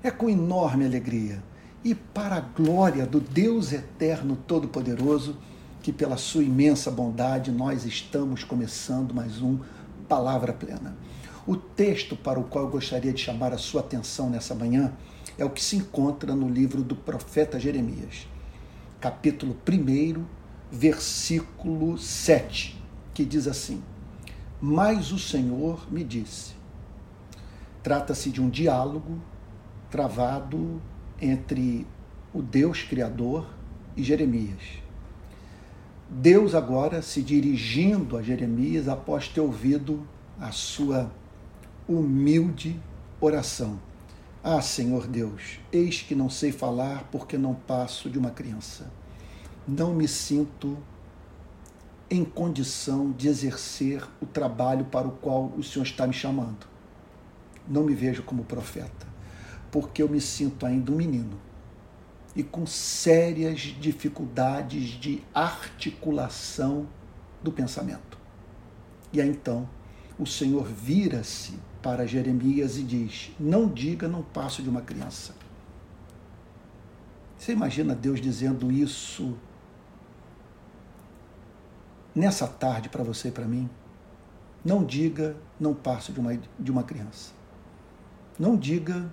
É com enorme alegria e para a glória do Deus eterno todo-poderoso que pela sua imensa bondade nós estamos começando mais um Palavra Plena. O texto para o qual eu gostaria de chamar a sua atenção nessa manhã é o que se encontra no livro do profeta Jeremias, capítulo 1, versículo 7, que diz assim: Mas o Senhor me disse. Trata-se de um diálogo travado entre o Deus Criador e Jeremias. Deus agora se dirigindo a Jeremias após ter ouvido a sua humilde oração. Ah, Senhor Deus, eis que não sei falar porque não passo de uma criança. Não me sinto em condição de exercer o trabalho para o qual o Senhor está me chamando. Não me vejo como profeta, porque eu me sinto ainda um menino e com sérias dificuldades de articulação do pensamento. E aí então o Senhor vira-se para Jeremias e diz: não diga, não passo de uma criança. Você imagina Deus dizendo isso nessa tarde para você e para mim? Não diga, não passo de uma criança. Não diga,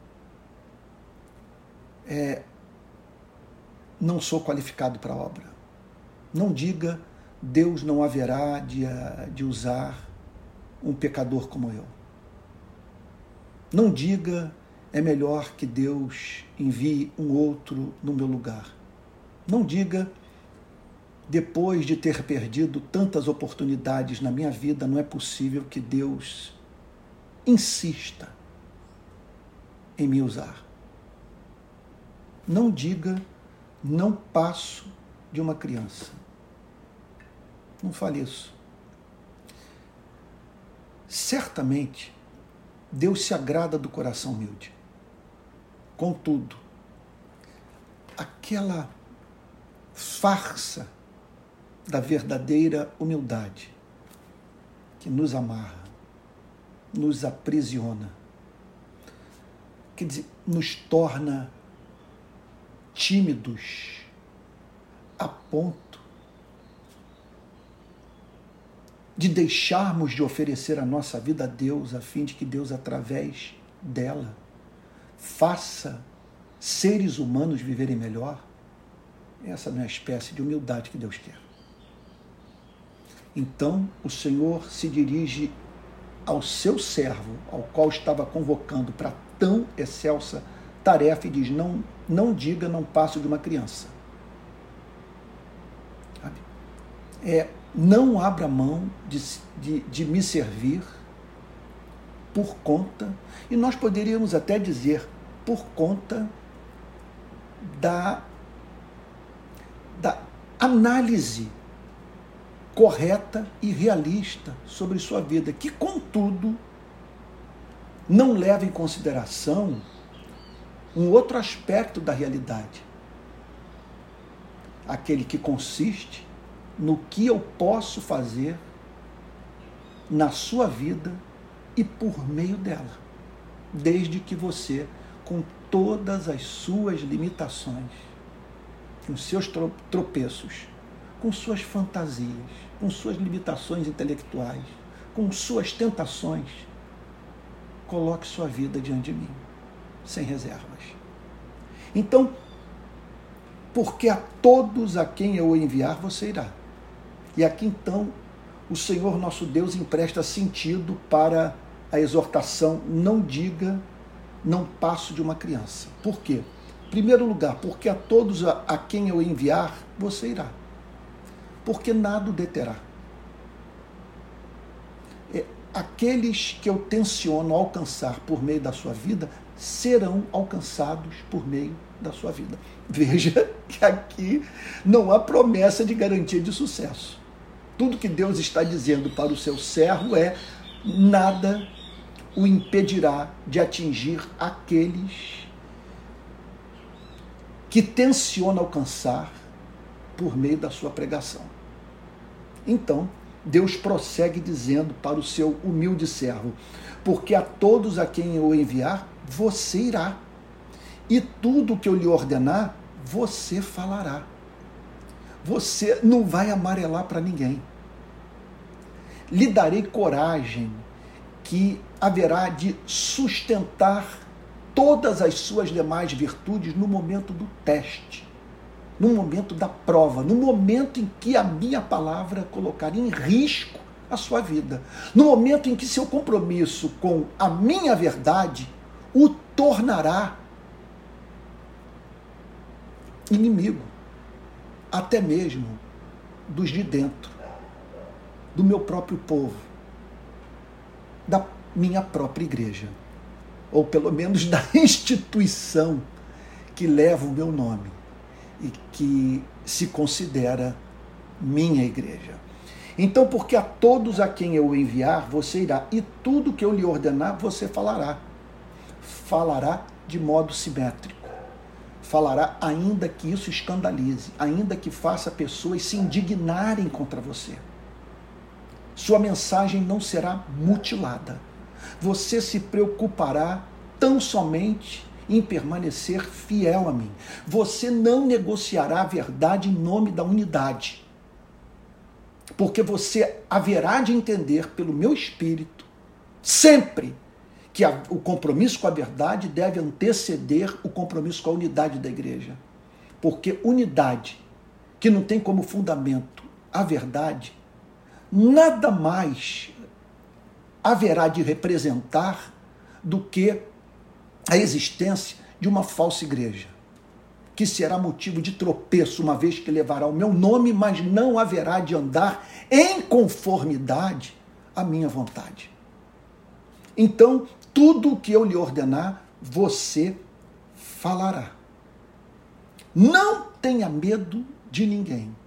não sou qualificado para a obra. Não diga, Deus não haverá de usar um pecador como eu. Não diga, é melhor que Deus envie um outro no meu lugar. Não diga, depois de ter perdido tantas oportunidades na minha vida, não é possível que Deus insista em me usar. Não diga, não passo de uma criança. Não fale isso. Certamente, Deus se agrada do coração humilde. Contudo, aquela farsa da verdadeira humildade que nos amarra, nos aprisiona, quer dizer, nos torna tímidos a ponto de deixarmos de oferecer a nossa vida a Deus, a fim de que Deus, através dela, faça seres humanos viverem melhor. Essa não é a espécie de humildade que Deus quer. Então, o Senhor se dirige ao seu servo, ao qual estava convocando para tão excelsa tarefa, e diz: não diga, não passo de uma criança. Sabe? Não abra mão de me servir por conta, e nós poderíamos até dizer, por conta da análise correta e realista sobre sua vida, que, contudo, não leva em consideração um outro aspecto da realidade, aquele que consiste no que eu posso fazer na sua vida e por meio dela, desde que você, com todas as suas limitações, com seus tropeços, com suas fantasias, com suas limitações intelectuais, com suas tentações, coloque sua vida diante de mim, sem reservas. Então, porque a todos a quem eu enviar, você irá. E aqui então, o Senhor nosso Deus empresta sentido para a exortação: não diga, não passo de uma criança. Por quê? Em primeiro lugar, porque a todos a quem eu enviar, você irá. Porque nada o deterá. Aqueles que eu tenciono alcançar por meio da sua vida serão alcançados por meio da sua vida. Veja que aqui não há promessa de garantia de sucesso. Tudo que Deus está dizendo para o seu servo é: nada o impedirá de atingir aqueles que tenciona alcançar por meio da sua pregação. Então, Deus prossegue dizendo para o seu humilde servo: porque a todos a quem eu enviar, você irá. e tudo que eu lhe ordenar, você falará. Você não vai amarelar para ninguém. Lhe darei coragem que haverá de sustentar todas as suas demais virtudes no momento do teste, no momento da prova, no momento em que a minha palavra colocar em risco a sua vida, no momento em que seu compromisso com a minha verdade o tornará inimigo, até mesmo dos de dentro, do meu próprio povo, da minha própria igreja, ou pelo menos da instituição que leva o meu nome e que se considera minha igreja. Então, porque a todos a quem eu enviar, você irá, e tudo que eu lhe ordenar, você falará. Falará de modo simétrico. Falará ainda que isso escandalize, ainda que faça pessoas se indignarem contra você. Sua mensagem não será mutilada. Você se preocupará tão somente em permanecer fiel a mim. Você não negociará a verdade em nome da unidade. Porque você haverá de entender pelo meu espírito, sempre, que o compromisso com a verdade deve anteceder o compromisso com a unidade da igreja. Porque unidade, que não tem como fundamento a verdade, nada mais haverá de representar do que a existência de uma falsa igreja, que será motivo de tropeço, uma vez que levará o meu nome, mas não haverá de andar em conformidade à minha vontade. Então, tudo o que eu lhe ordenar, você falará. Não tenha medo de ninguém.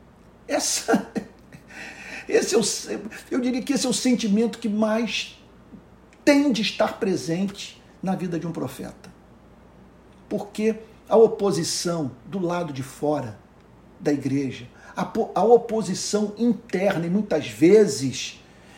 Eu diria que esse é o sentimento que mais tem de estar presente na vida de um profeta. Porque a oposição do lado de fora da igreja, a oposição interna, e muitas vezes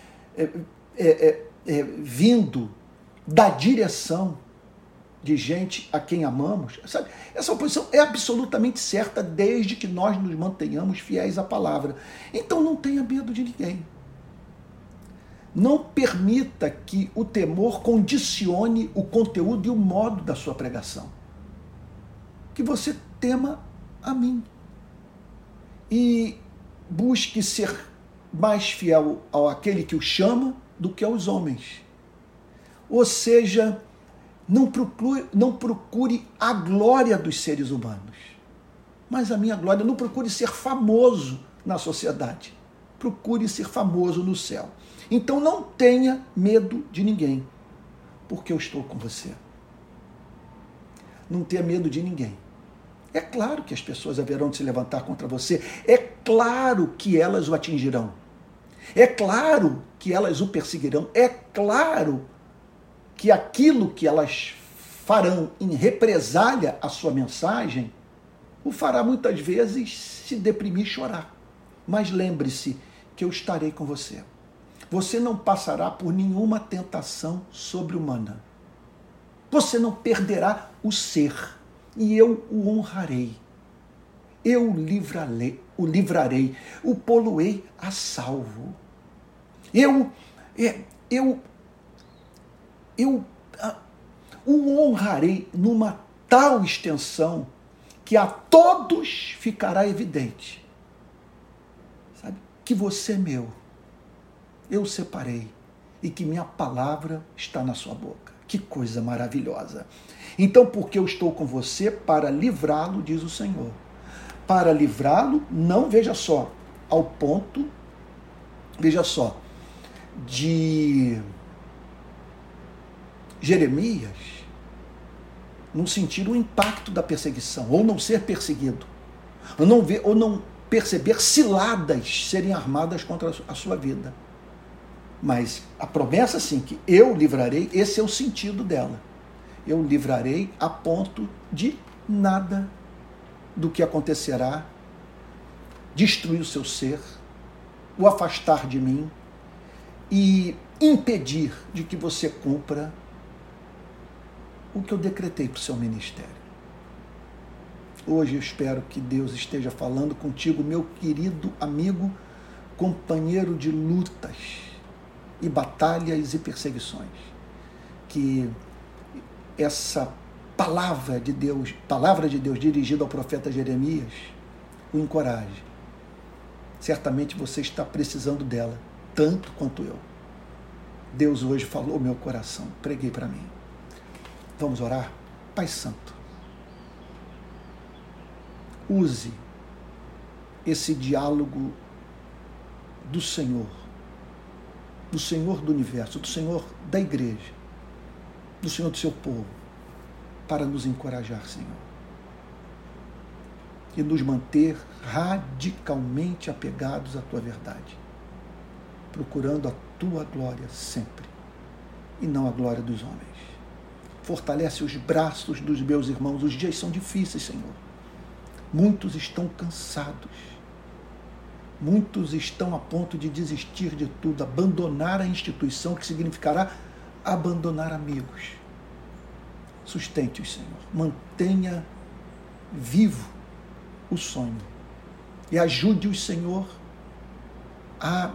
vindo da direção de gente a quem amamos, sabe? Essa oposição é absolutamente certa desde que nós nos mantenhamos fiéis à palavra. Então não tenha medo de ninguém. Não permita que o temor condicione o conteúdo e o modo da sua pregação. Que você tema a mim. E busque ser mais fiel àquele que o chama do que aos homens. Ou seja, não procure a glória dos seres humanos, mas a minha glória. Não procure ser famoso na sociedade. Procure ser famoso no céu. Então não tenha medo de ninguém, porque eu estou com você. Não tenha medo de ninguém. É claro que as pessoas haverão de se levantar contra você. É claro que elas o atingirão. É claro que elas o perseguirão. É claro que aquilo que elas farão em represália à sua mensagem o fará muitas vezes se deprimir e chorar. Mas lembre-se que eu estarei com você. Você não passará por nenhuma tentação sobre-humana. Você não perderá o ser. E eu o honrarei. Eu o livrarei. O poloei a salvo. Eu o honrarei numa tal extensão que a todos ficará evidente, sabe, que você é meu, eu o separei e que minha palavra está na sua boca. Que coisa maravilhosa! Então, porque eu estou com você para livrá-lo, diz o Senhor. Para livrá-lo, não, veja só, ao ponto, veja só, de Jeremias não sentir o impacto da perseguição, ou não ser perseguido, ou não perceber ciladas serem armadas contra a sua vida. Mas a promessa, sim, que eu livrarei, esse é o sentido dela. Eu livrarei a ponto de nada do que acontecerá destruir o seu ser, o afastar de mim e impedir de que você cumpra o que eu decretei para o seu ministério. Hoje eu espero que Deus esteja falando contigo, meu querido amigo, companheiro de lutas e batalhas e perseguições. Que essa palavra de Deus dirigida ao profeta Jeremias, o encoraje. Certamente você está precisando dela, tanto quanto eu. Deus hoje falou ao meu coração, preguei para mim. Vamos orar? Pai Santo, use esse diálogo do Senhor do universo, do Senhor da igreja, do Senhor do seu povo, para nos encorajar, Senhor, e nos manter radicalmente apegados à tua verdade, procurando a tua glória sempre, e não a glória dos homens. Fortalece os braços dos meus irmãos, os dias são difíceis, Senhor. Muitos estão cansados, muitos estão a ponto de desistir de tudo, abandonar a instituição, que significará abandonar amigos. Sustente-os, Senhor, mantenha vivo o sonho e ajude-os, Senhor, a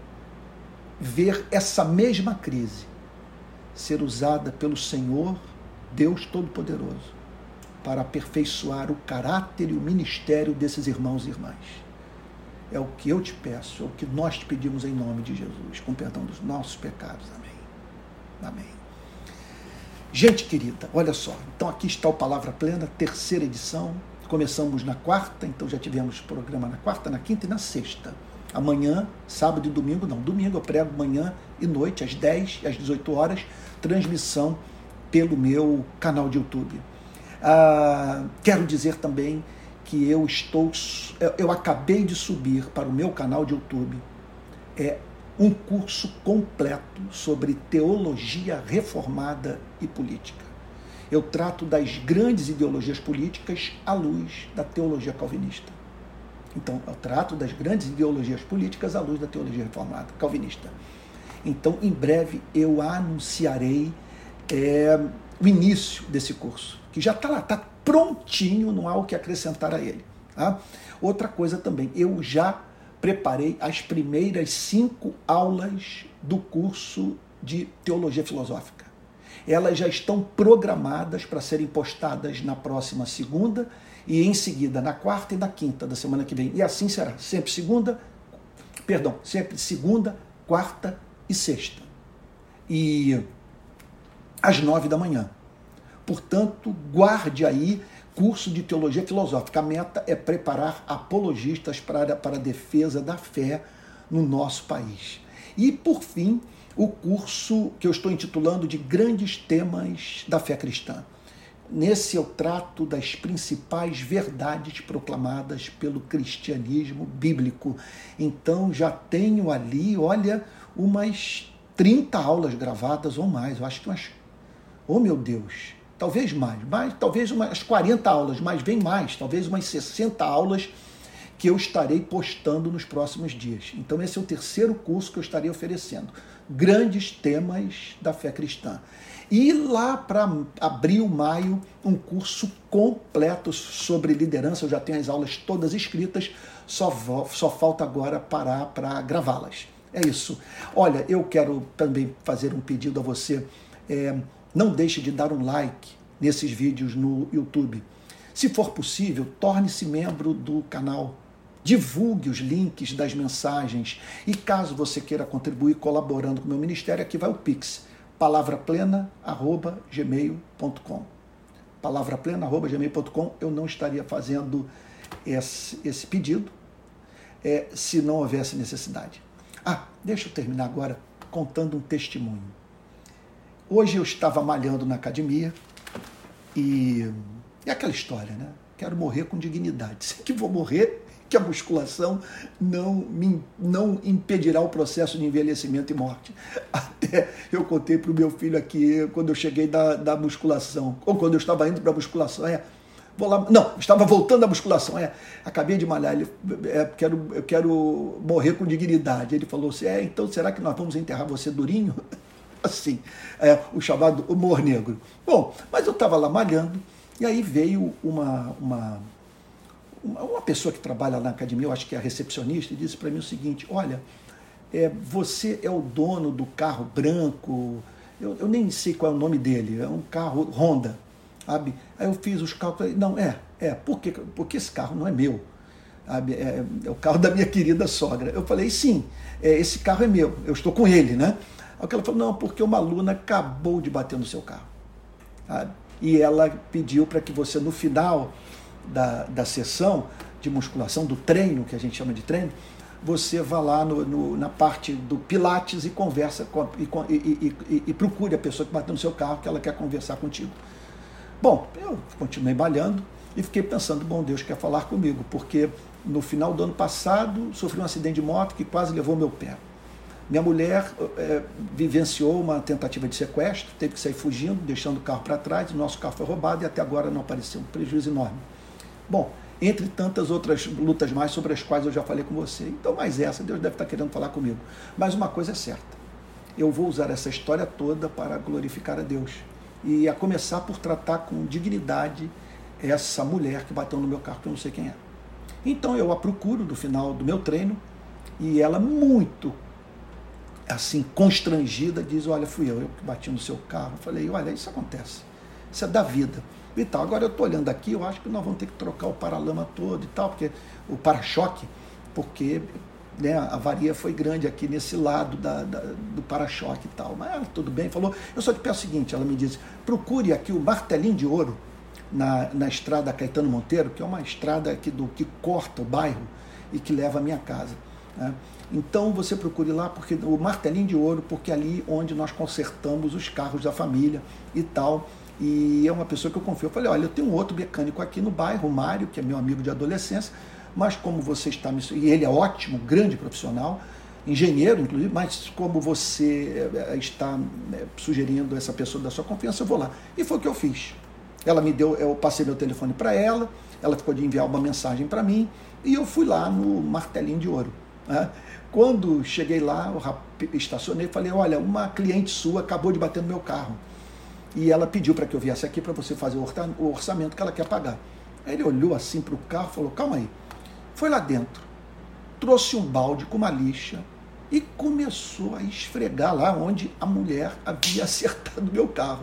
ver essa mesma crise ser usada pelo Senhor, Deus Todo-Poderoso, para aperfeiçoar o caráter e o ministério desses irmãos e irmãs. É o que eu te peço, é o que nós te pedimos em nome de Jesus, com perdão dos nossos pecados. Amém. Amém. Gente querida, olha só, então aqui está o Palavra Plena, terceira edição. Começamos na quarta, então já tivemos programa na quarta, na quinta e na sexta. Amanhã, sábado e domingo, não, domingo eu prego manhã e noite, às 10 e às 18 horas, transmissão pelo meu canal de YouTube. Quero dizer também que eu acabei de subir para o meu canal de YouTube um curso completo sobre teologia reformada e política. Eu trato das grandes ideologias políticas à luz da teologia calvinista. Então, eu trato das grandes ideologias políticas à luz da teologia reformada, calvinista. Então, em breve, eu anunciarei o início desse curso, que já está lá, está prontinho, não há o que acrescentar a ele. Tá? Outra coisa também, eu já preparei as primeiras 5 aulas do curso de Teologia Filosófica. Elas já estão programadas para serem postadas na próxima segunda e em seguida na quarta e na quinta da semana que vem. E assim será, sempre segunda, quarta e sexta. E às 9 da manhã. Portanto, guarde aí curso de Teologia Filosófica. A meta é preparar apologistas para a defesa da fé no nosso país. E, por fim, o curso que eu estou intitulando de Grandes Temas da Fé Cristã. Nesse eu trato das principais verdades proclamadas pelo cristianismo bíblico. Então já tenho ali, olha, umas 30 aulas gravadas ou mais. Eu acho que oh meu Deus, talvez mais, talvez umas 40 aulas, mas vem mais, talvez umas 60 aulas que eu estarei postando nos próximos dias. Então esse é o terceiro curso que eu estarei oferecendo. Grandes Temas da Fé Cristã. E lá para abril, maio, um curso completo sobre liderança. Eu já tenho as aulas todas escritas, só falta agora parar para gravá-las. É isso. Olha, eu quero também fazer um pedido a você. Não deixe de dar um like nesses vídeos no YouTube. Se for possível, torne-se membro do canal. Divulgue os links das mensagens. E caso você queira contribuir colaborando com o meu ministério, aqui vai o Pix. palavraplena@gmail.com. palavraplena@gmail.com. Eu não estaria fazendo esse pedido se não houvesse necessidade. Deixa eu terminar agora contando um testemunho. Hoje eu estava malhando na academia e é aquela história, né? Quero morrer com dignidade. Sei que vou morrer, que a musculação não impedirá o processo de envelhecimento e morte. Até eu contei para o meu filho aqui, quando eu cheguei da musculação, ou quando eu estava indo para a musculação, vou lá, não, estava voltando da musculação, acabei de malhar, eu quero morrer com dignidade. Ele falou assim, então será que nós vamos enterrar você durinho? Assim, o chamado humor negro. Bom, mas eu estava lá malhando, e aí veio uma pessoa que trabalha na academia, eu acho que é a recepcionista, e disse para mim o seguinte: olha, você é o dono do carro branco, eu nem sei qual é o nome dele, é um carro Honda, sabe? Aí eu fiz os cálculos, não, por quê? Porque esse carro não é meu, sabe? É o carro da minha querida sogra. Eu falei, sim, esse carro é meu, eu estou com ele, né? Aí ela falou, não, porque uma aluna acabou de bater no seu carro, sabe? E ela pediu para que você, no final da sessão de musculação, do treino, que a gente chama de treino, você vá lá na parte do Pilates e conversa e procure a pessoa que bateu no seu carro, que ela quer conversar contigo. Bom, eu continuei malhando e fiquei pensando, bom, Deus quer falar comigo, porque no final do ano passado sofri um acidente de moto que quase levou meu pé. Minha mulher vivenciou uma tentativa de sequestro, teve que sair fugindo, deixando o carro para trás, o nosso carro foi roubado e até agora não apareceu, um prejuízo enorme. Bom, entre tantas outras lutas mais sobre as quais eu já falei com você. Então, mais essa, Deus deve estar querendo falar comigo. Mas uma coisa é certa, eu vou usar essa história toda para glorificar a Deus. E a começar por tratar com dignidade essa mulher que bateu no meu carro, que eu não sei quem é. Então eu a procuro no final do meu treino, e ela muito assim, constrangida, diz, olha, fui eu que bati no seu carro. Eu falei, olha, isso acontece, isso é da vida. E tal. Agora eu estou olhando aqui, eu acho que nós vamos ter que trocar o paralama todo e tal, porque o para-choque, porque né, a avaria foi grande aqui nesse lado do para-choque e tal. Mas tudo bem, falou, eu só te peço o seguinte, ela me disse, procure aqui o Martelinho de Ouro, na estrada Caetano Monteiro, que é uma estrada aqui que corta o bairro e que leva à minha casa, né? Então você procure lá, porque o Martelinho de Ouro, porque é ali onde nós consertamos os carros da família e tal. E é uma pessoa que eu confio. Eu falei, olha, eu tenho um outro mecânico aqui no bairro, o Mário, que é meu amigo de adolescência, mas como você está me... E ele é ótimo, grande profissional, engenheiro, inclusive, mas como você está sugerindo essa pessoa da sua confiança, eu vou lá. E foi o que eu fiz. Ela me deu, eu passei meu telefone para ela ficou de enviar uma mensagem para mim, e eu fui lá no Martelinho de Ouro, né? Quando cheguei lá, eu estacionei e falei, olha, uma cliente sua acabou de bater no meu carro. E ela pediu para que eu viesse aqui para você fazer o orçamento que ela quer pagar. Aí ele olhou assim para o carro e falou, calma aí. Foi lá dentro, trouxe um balde com uma lixa e começou a esfregar lá onde a mulher havia acertado meu carro.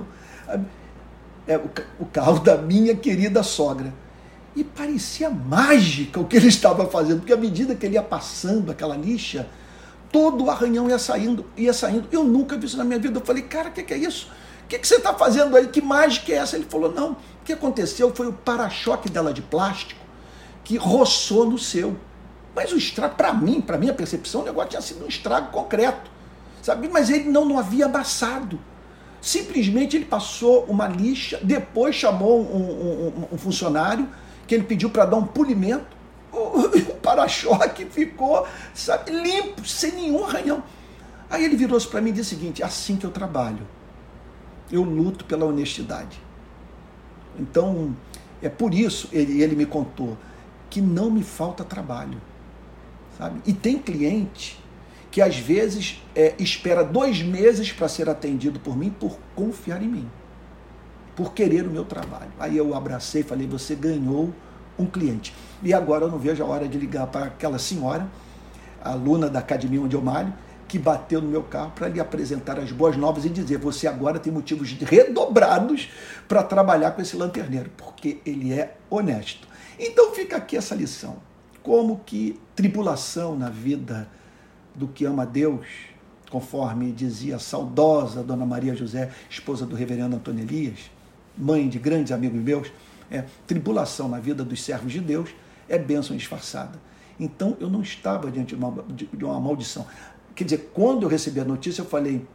O carro da minha querida sogra. E parecia mágica o que ele estava fazendo, porque à medida que ele ia passando aquela lixa, todo o arranhão ia saindo. Eu nunca vi isso na minha vida. Eu falei, cara, o que é isso? O que você está fazendo aí? Que mágica é essa? Ele falou, não, o que aconteceu foi o para-choque dela de plástico que roçou no seu. Mas o estrago, para minha percepção, o negócio tinha sido um estrago concreto, sabe? Mas ele não havia amassado. Simplesmente ele passou uma lixa, depois chamou um funcionário, que ele pediu para dar um polimento, o para-choque ficou, sabe, limpo, sem nenhum arranhão. Aí ele virou-se para mim e disse o seguinte, assim que eu trabalho, eu luto pela honestidade. Então, é por isso, ele me contou, que não me falta trabalho, sabe? E tem cliente que às vezes espera 2 meses para ser atendido por mim, por confiar em mim, por querer o meu trabalho. Aí eu abracei e falei, você ganhou um cliente. E agora eu não vejo a hora de ligar para aquela senhora, a aluna da academia onde eu malho, que bateu no meu carro, para lhe apresentar as boas novas e dizer, você agora tem motivos redobrados para trabalhar com esse lanterneiro, porque ele é honesto. Então fica aqui essa lição, como que tribulação na vida do que ama a Deus, conforme dizia a saudosa Dona Maria José, esposa do reverendo Antônio Elias, mãe de grandes amigos meus, tribulação na vida dos servos de Deus é bênção disfarçada. Então eu não estava diante de uma maldição. Quer dizer, quando eu recebi a notícia, eu falei,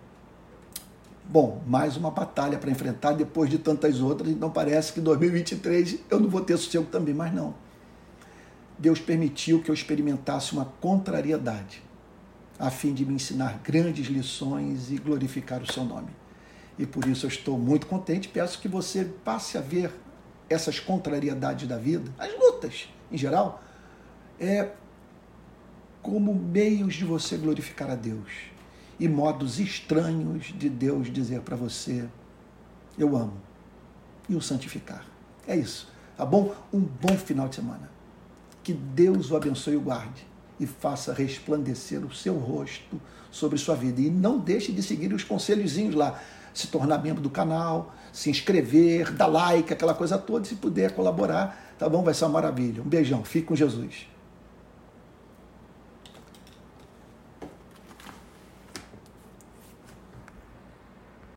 bom, mais uma batalha para enfrentar depois de tantas outras, então parece que em 2023 eu não vou ter sossego também, mas não. Deus permitiu que eu experimentasse uma contrariedade, a fim de me ensinar grandes lições e glorificar o seu nome. E por isso eu estou muito contente, peço que você passe a ver essas contrariedades da vida, as lutas em geral, como meios de você glorificar a Deus e modos estranhos de Deus dizer para você: eu amo, e o santificar. É isso, tá bom? Um bom final de semana. Que Deus o abençoe e o guarde e faça resplandecer o seu rosto sobre sua vida. E não deixe de seguir os conselhozinhos lá. Se tornar membro do canal, se inscrever, dar like, aquela coisa toda. Se puder colaborar, tá bom? Vai ser uma maravilha. Um beijão. Fique com Jesus.